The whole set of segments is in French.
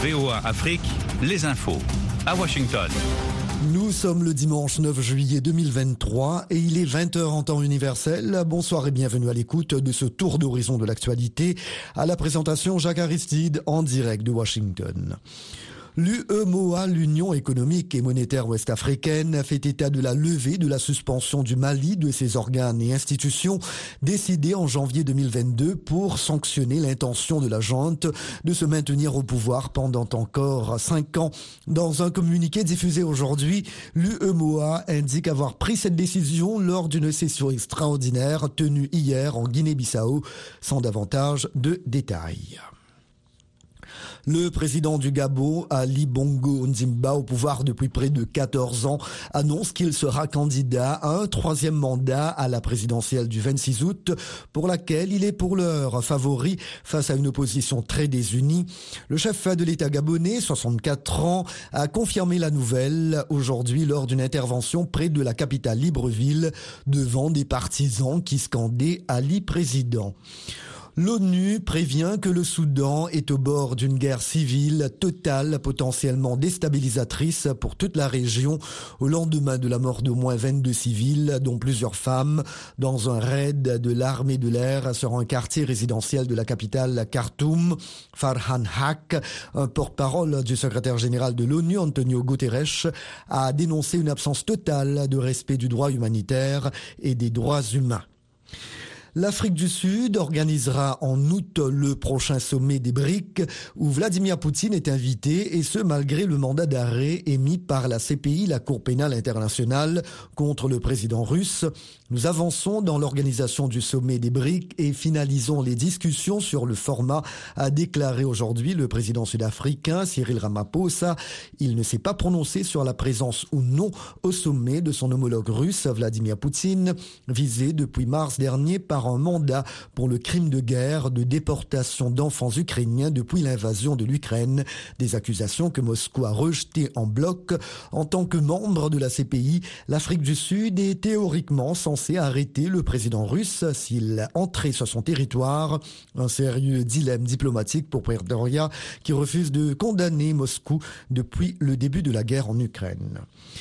VOA Afrique, les infos. À Washington. Nous sommes le dimanche 9 juillet 2023 et il est 20h en temps universel. Bonsoir et bienvenue à l'écoute de ce tour d'horizon de l'actualité. À la présentation, Jacques Aristide en direct de Washington. L'UEMOA, l'Union économique et monétaire ouest-africaine, fait état de la levée de la suspension du Mali de ses organes et institutions décidée en janvier 2022 pour sanctionner l'intention de la junte de se maintenir au pouvoir pendant encore 5 ans. Dans un communiqué diffusé aujourd'hui, l'UEMOA indique avoir pris cette décision lors d'une session extraordinaire tenue hier en Guinée-Bissau, sans davantage de détails. Le président du Gabon, Ali Bongo Ondimba, au pouvoir depuis près de 14 ans, annonce qu'il sera candidat à un 3e mandat à la présidentielle du 26 août, pour laquelle il est pour l'heure favori face à une opposition très désunie. Le chef de l'État gabonais, 64 ans, a confirmé la nouvelle aujourd'hui lors d'une intervention près de la capitale Libreville devant des partisans qui scandaient Ali président. L'ONU prévient que le Soudan est au bord d'une guerre civile totale, potentiellement déstabilisatrice pour toute la région, au lendemain de la mort d'au moins 22 civils, dont plusieurs femmes, dans un raid de l'armée de l'air sur un quartier résidentiel de la capitale Khartoum. Farhan Haq, un porte-parole du secrétaire général de l'ONU, Antonio Guterres, a dénoncé une absence totale de respect du droit humanitaire et des droits humains. L'Afrique du Sud organisera en août le prochain sommet des BRICS où Vladimir Poutine est invité et ce malgré le mandat d'arrêt émis par la CPI, la Cour pénale internationale, contre le président russe. Nous avançons dans l'organisation du sommet des BRICS et finalisons les discussions sur le format, a déclaré aujourd'hui le président sud-africain Cyril Ramaphosa. Il ne s'est pas prononcé sur la présence ou non au sommet de son homologue russe Vladimir Poutine, visé depuis mars dernier par un mandat pour le crime de guerre de déportation d'enfants ukrainiens depuis l'invasion de l'Ukraine, des accusations que Moscou a rejetées en bloc. En tant que membre de la CPI, l'Afrique du Sud est théoriquement censée arrêter le président russe s'il entrait sur son territoire. Un sérieux dilemme diplomatique pour Pretoria qui refuse de condamner Moscou depuis le début de la guerre en Ukraine.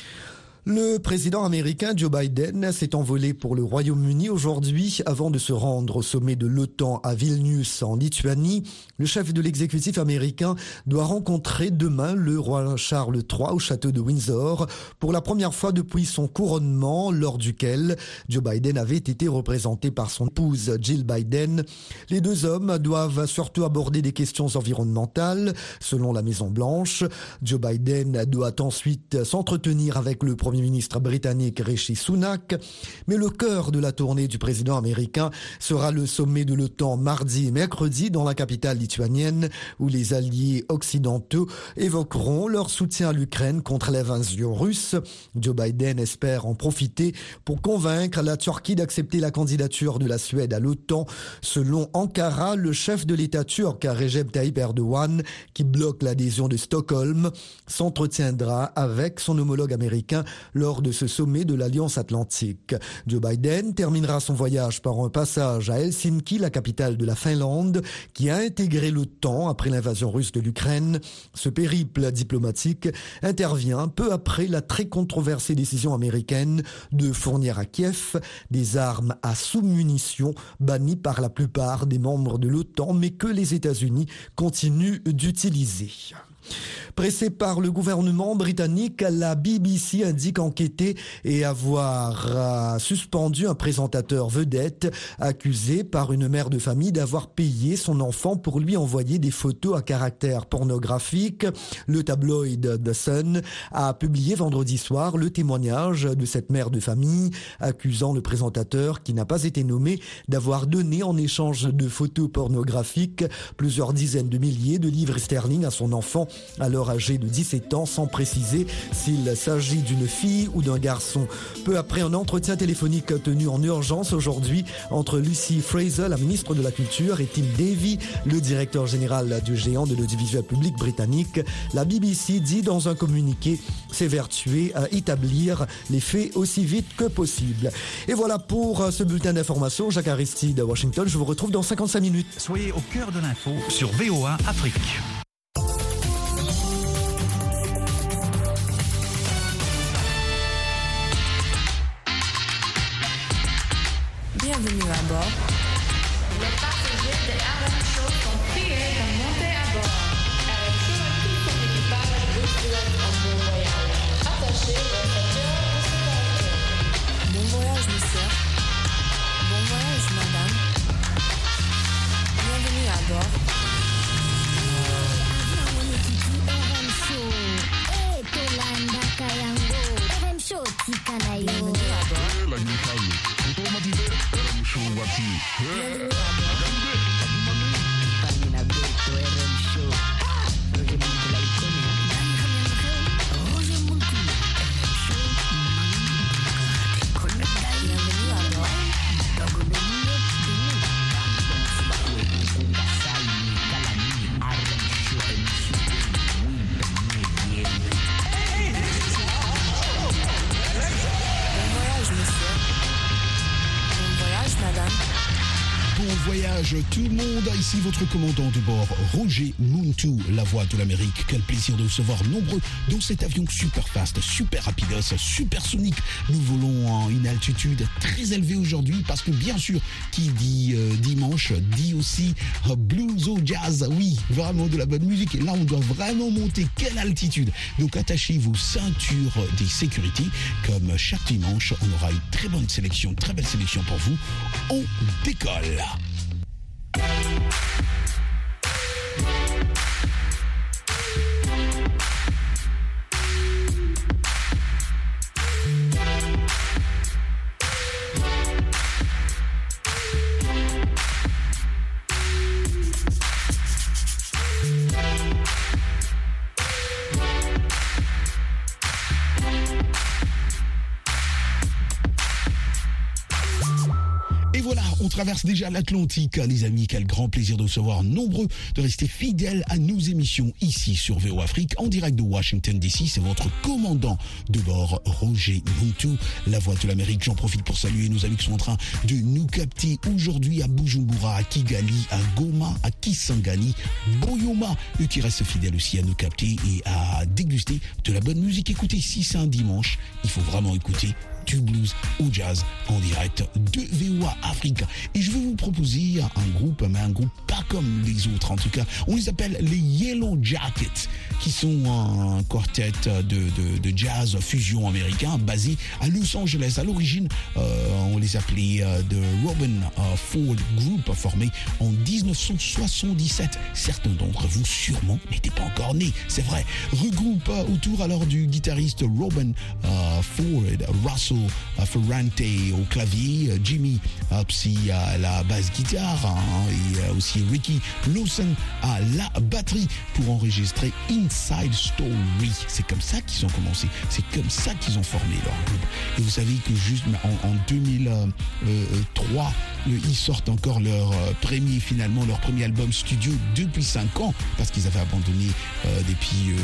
Le président américain Joe Biden s'est envolé pour le Royaume-Uni aujourd'hui avant de se rendre au sommet de l'OTAN à Vilnius en Lituanie. Le chef de l'exécutif américain doit rencontrer demain le roi Charles III au château de Windsor pour la première fois depuis son couronnement, lors duquel Joe Biden avait été représenté par son épouse Jill Biden. Les deux hommes doivent surtout aborder des questions environnementales, selon la Maison-Blanche. Joe Biden doit ensuite s'entretenir avec le Premier ministre britannique Rishi Sunak. Mais le cœur de la tournée du président américain sera le sommet de l'OTAN mardi et mercredi dans la capitale lituanienne, où les alliés occidentaux évoqueront leur soutien à l'Ukraine contre l'invasion russe. Joe Biden espère en profiter pour convaincre la Turquie d'accepter la candidature de la Suède à l'OTAN. Selon Ankara, le chef de l'État turc Recep Tayyip Erdogan, qui bloque l'adhésion de Stockholm, s'entretiendra avec son homologue américain lors de ce sommet de l'Alliance Atlantique. Joe Biden terminera son voyage par un passage à Helsinki, la capitale de la Finlande, qui a intégré l'OTAN après l'invasion russe de l'Ukraine. Ce périple diplomatique intervient peu après la très controversée décision américaine de fournir à Kiev des armes à sous-munitions bannies par la plupart des membres de l'OTAN, mais que les États-Unis continuent d'utiliser. Pressé par le gouvernement britannique, la BBC indique enquêter et avoir suspendu un présentateur vedette accusé par une mère de famille d'avoir payé son enfant pour lui envoyer des photos à caractère pornographique. Le tabloïd The Sun a publié vendredi soir le témoignage de cette mère de famille accusant le présentateur, qui n'a pas été nommé, d'avoir donné en échange de photos pornographiques plusieurs dizaines de milliers de livres sterling à son enfant, alors âgé de 17 ans, sans préciser s'il s'agit d'une fille ou d'un garçon. Peu après un entretien téléphonique tenu en urgence aujourd'hui entre Lucy Fraser, la ministre de la Culture, et Tim Davie, le directeur général du géant de l'audiovisuel public britannique, la BBC dit dans un communiqué s'évertuer à établir les faits aussi vite que possible. Et voilà pour ce bulletin d'information. Jacques Aristide à Washington. Je vous retrouve dans 55 minutes. Soyez au cœur de l'info sur VOA Afrique. bord. Les passagers de RM Show sont priés de monter à bord. RM Show et tout son équipage vous souhaitent un bon voyage. Attachez vos ceintures de sécurité. Bon voyage, monsieur. Bon voyage, madame. Bienvenue à bord. Bienvenue à bord. Bienvenue à bord. Bon voyage, monsieur. Bon voyage, madame. Bon voyage tout le monde, ici votre commandant de bord, Roger Muntu, la voix de l'Amérique. Quel plaisir de recevoir nombreux dans cet avion super fast, super rapidos, supersonique. Nous volons à une altitude très élevée aujourd'hui parce que bien sûr, qui dit dimanche, dit aussi blues ou jazz. Oui, vraiment de la bonne musique. Et là, on doit vraiment monter. Quelle altitude! Donc attachez vos ceintures de sécurité. Comme chaque dimanche, on aura une très bonne sélection, très belle sélection pour vous. On décolle! Et voilà, on traverse déjà l'Atlantique, les amis. Quel grand plaisir de recevoir nombreux, de rester fidèles à nos émissions ici sur VO Afrique, en direct de Washington DC. C'est votre commandant de bord, Roger Muntu, la voix de l'Amérique. J'en profite pour saluer nos amis qui sont en train de nous capter aujourd'hui à Bujumbura, à Kigali, à Goma, à Kisangani, Boyoma, eux qui restent fidèles aussi à nous capter et à déguster de la bonne musique. Écoutez, si c'est un dimanche, il faut vraiment écouter du blues au jazz en direct de VOA Africa. Et je vais vous proposer un groupe, mais un groupe pas comme les autres en tout cas. On les appelle les Yellow Jackets, qui sont un quartet de jazz fusion américain basé à Los Angeles. À l'origine, on les appelait The Robin Ford Group, formé en 1977. Certains d'entre vous sûrement n'étaient pas encore nés, c'est vrai. Regroupe autour alors du guitariste Robin Ford, Russell Ferrante au clavier, Jimmy Psy à la basse guitare et aussi Ricky Lawson à la batterie pour enregistrer Inside Story. C'est comme ça qu'ils ont commencé, c'est comme ça qu'ils ont formé leur groupe. Et vous savez que juste en 2003, ils sortent encore leur premier album studio depuis 5 ans parce qu'ils avaient abandonné depuis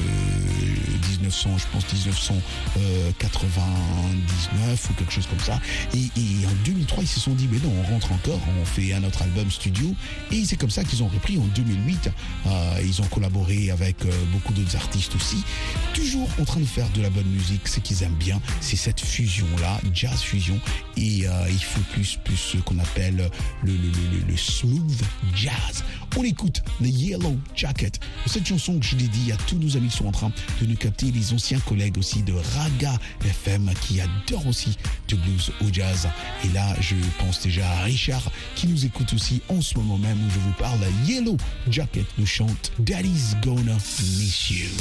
1999 ou quelque chose comme ça. Et en 2003, ils se sont dit, mais non, on rentre encore, on fait un autre album studio. Et c'est comme ça qu'ils ont repris en 2008. Ils ont collaboré avec beaucoup d'autres artistes aussi. Toujours en train de faire de la bonne musique. Ce qu'ils aiment bien, c'est cette fusion-là, jazz fusion. Et il faut plus ce qu'on appelle le smooth jazz. On écoute The Yellow Jacket. Cette chanson que je dédie à tous nos amis qui sont en train de nous capter, les anciens collègues aussi de Raga FM qui adorent aussi du blues au jazz. Et là, je pense déjà à Richard qui nous écoute aussi en ce moment même où je vous parle. Yellow Jacket nous chante Daddy's Gonna Miss You.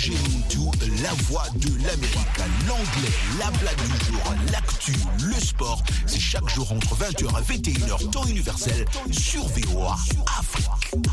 DJ Muntu, la voix de l'Amérique, l'anglais, la blague du jour, l'actu, le sport. C'est chaque jour entre 20h et 21h, temps universel, sur VOA Afrique.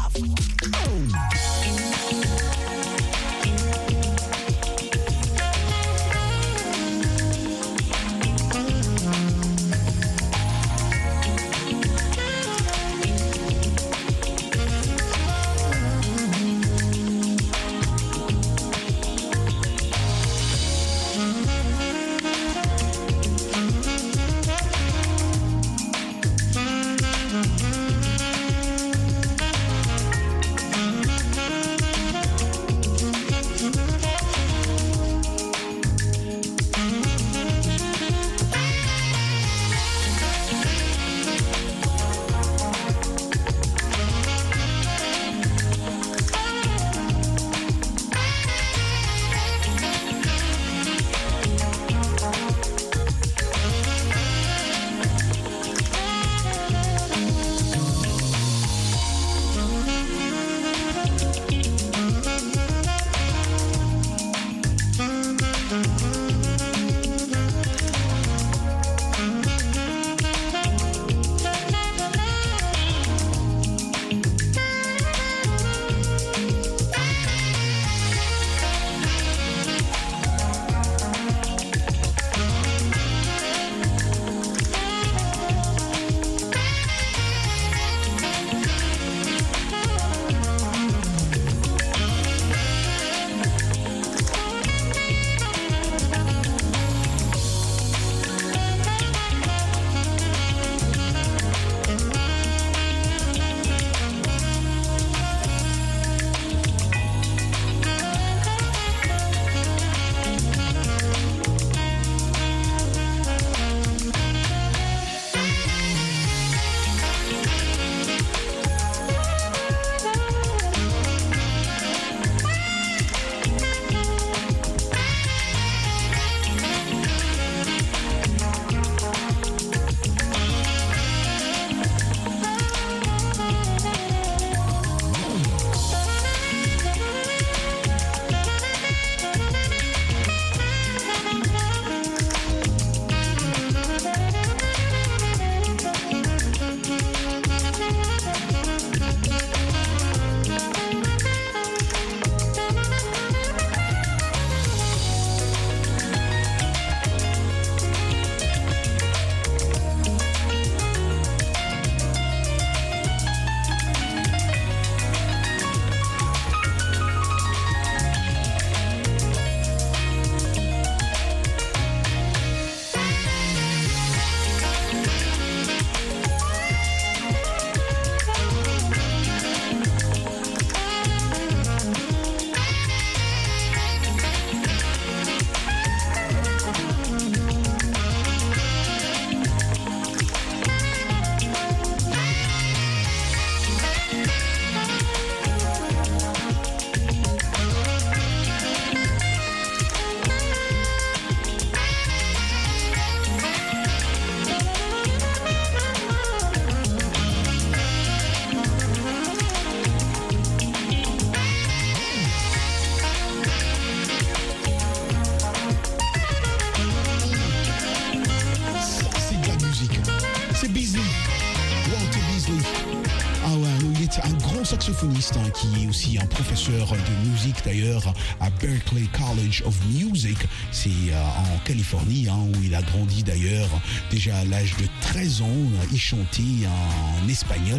Saxophoniste qui est aussi un professeur de musique d'ailleurs à Berklee College of Music, c'est en Californie où il a grandi d'ailleurs. Déjà à l'âge de 13 ans, il chantait en espagnol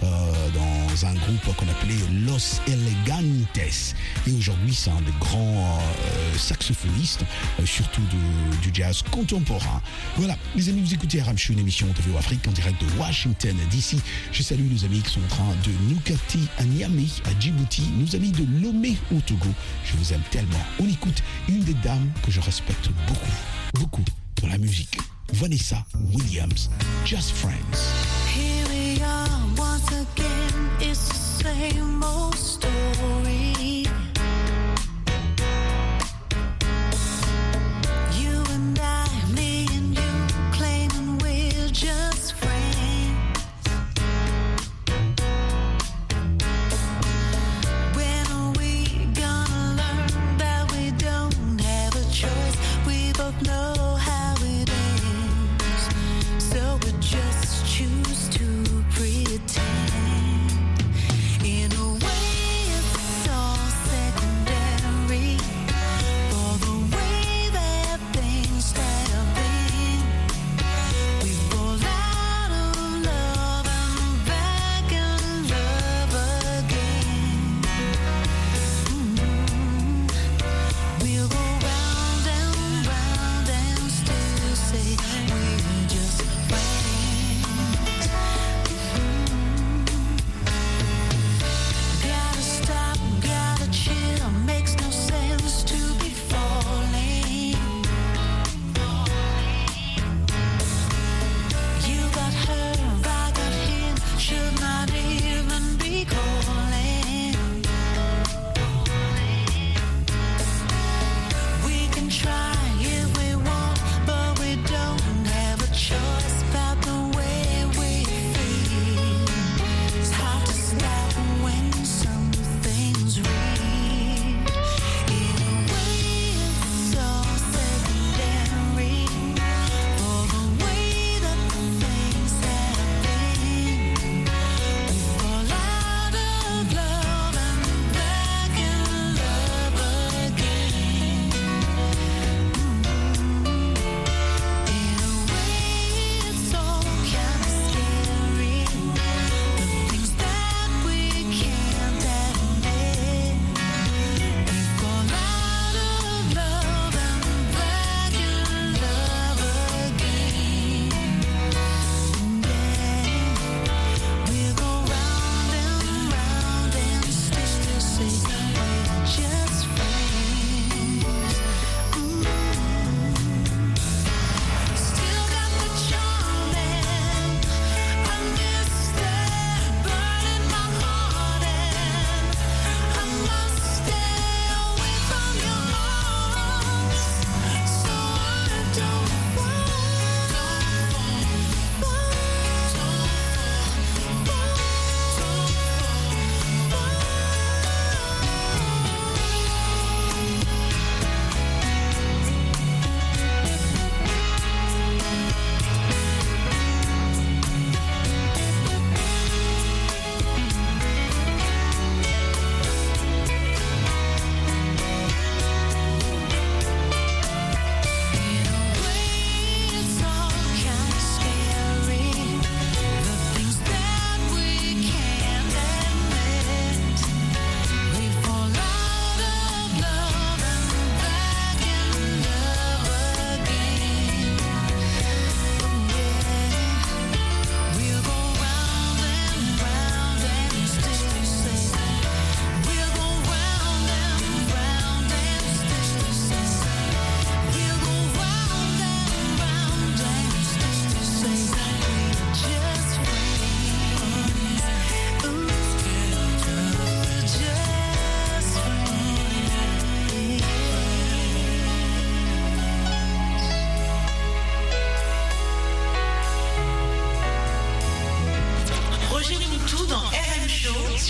dans un groupe qu'on appelait Los Elegantes, et aujourd'hui c'est un des grands saxophonistes, surtout du jazz contemporain. Voilà, les amis, vous écoutez RM Show, une émission de VOA Afrique en direct de Washington DC. Je salue nos amis qui sont en train de nous capter à Niamey, à Djibouti, nos amis de Lomé au Togo. Je vous aime tellement. On écoute une des dames que je respecte beaucoup dans la musique. Vanessa Williams, Just Friends. Here we are once again, it's the same old story. You and I, me and you, claiming we're just friends. When are we gonna learn that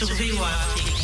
sur VOA Afrique.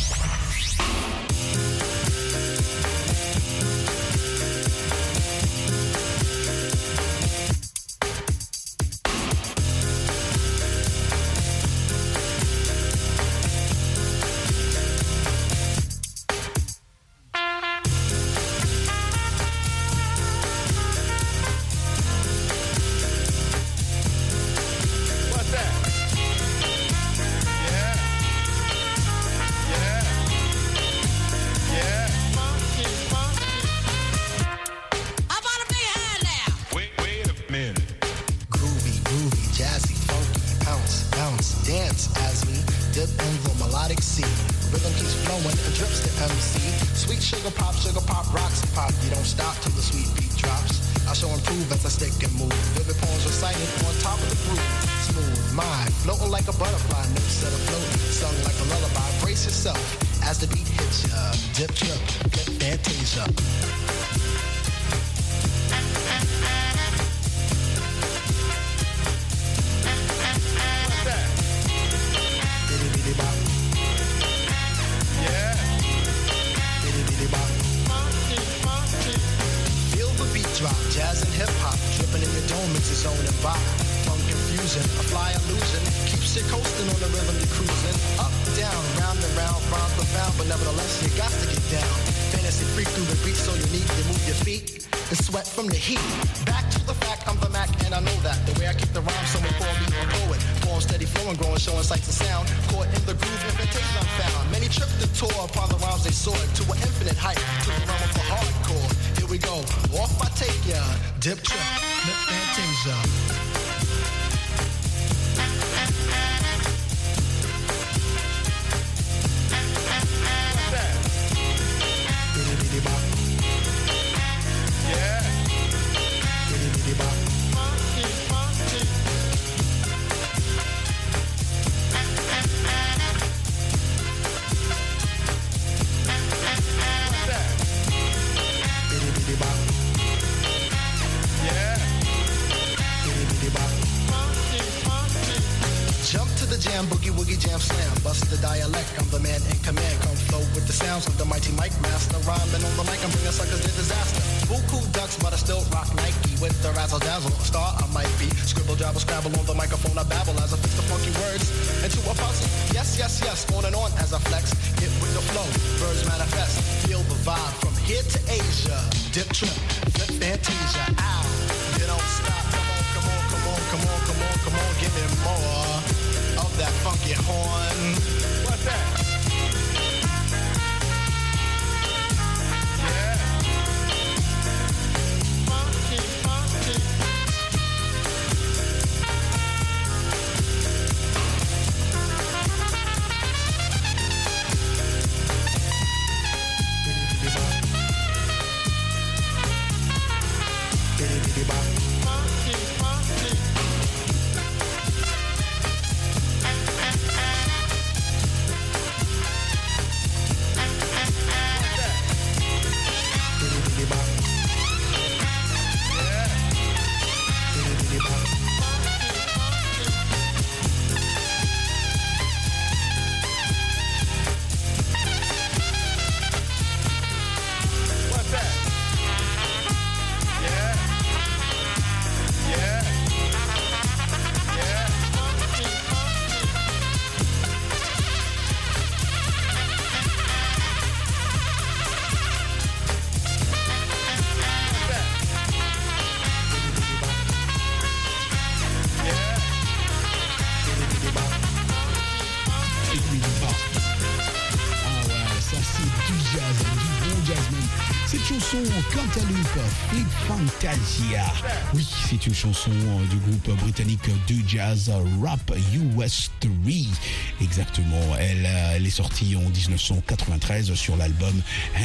Cantaloupe, Flip Fantasia. Oui, c'est une chanson du groupe britannique de jazz Rap US 3. Exactement. Elle est sortie en 1993 sur l'album Hand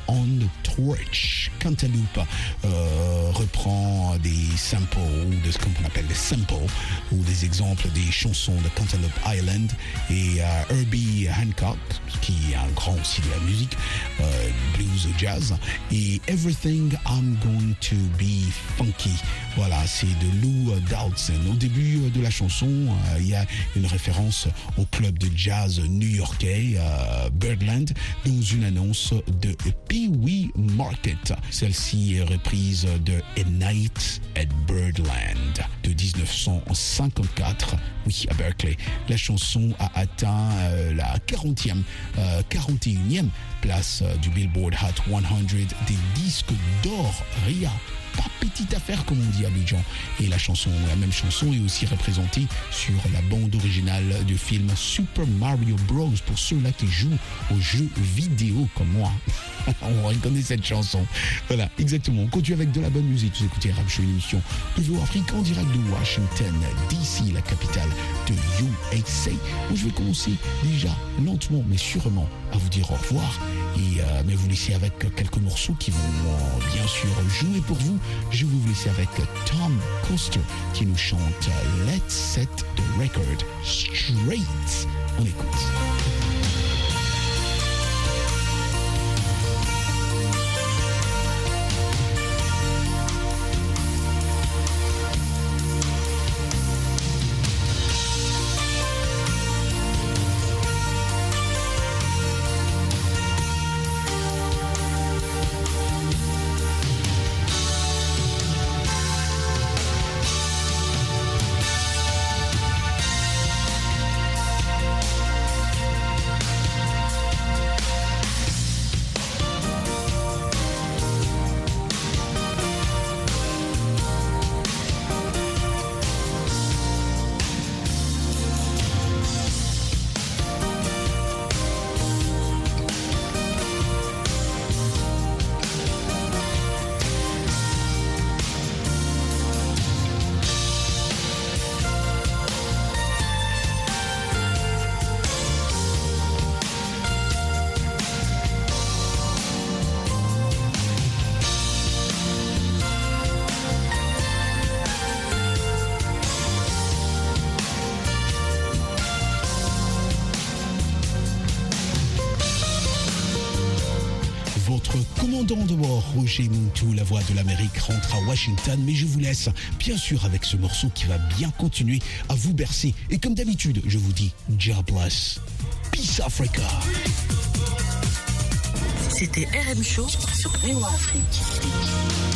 on the Torch. Cantaloupe reprend des samples, ou de ce qu'on appelle des samples, ou des exemples des chansons de Cantaloupe Island, et Herbie Hancock, qui est un grand aussi de la musique, blues ou jazz, et Everything I'm Going to Be Funky. Voilà, c'est de Lou Dowdson. Au début de la chanson, il y a une référence au club de jazz new-yorkais Birdland dans une annonce de Pee Wee Market. Celle-ci est reprise de A Night at Birdland de 1954, oui, à Berkeley. La chanson a atteint la 41e place du Billboard Hot 100 des disques d'or. Ria, pas petite affaire comme on dit à Abidjan. Et la même chanson est aussi représentée sur la bande originale du film Super Mario Bros. Pour ceux-là qui jouent aux jeux vidéo comme moi. On reconnaît cette chanson. Voilà, exactement. On continue avec de la bonne musique. Vous écoutez Rap Show, une émission de VO Afrique en direct de Washington, D.C., la capitale de USA, où je vais commencer déjà lentement mais sûrement à vous dire au revoir mais vous laisser avec quelques morceaux qui vont bien sûr jouer pour vous. Je vais vous laisser avec Tom Coster qui nous chante Let's Set the Record Straight. On écoute. Votre commandant de bord, Roger Muntu, la voix de l'Amérique, rentre à Washington, mais je vous laisse bien sûr avec ce morceau qui va bien continuer à vous bercer. Et comme d'habitude, je vous dis, God bless. Peace Africa. C'était RM Show sur VO Afrique.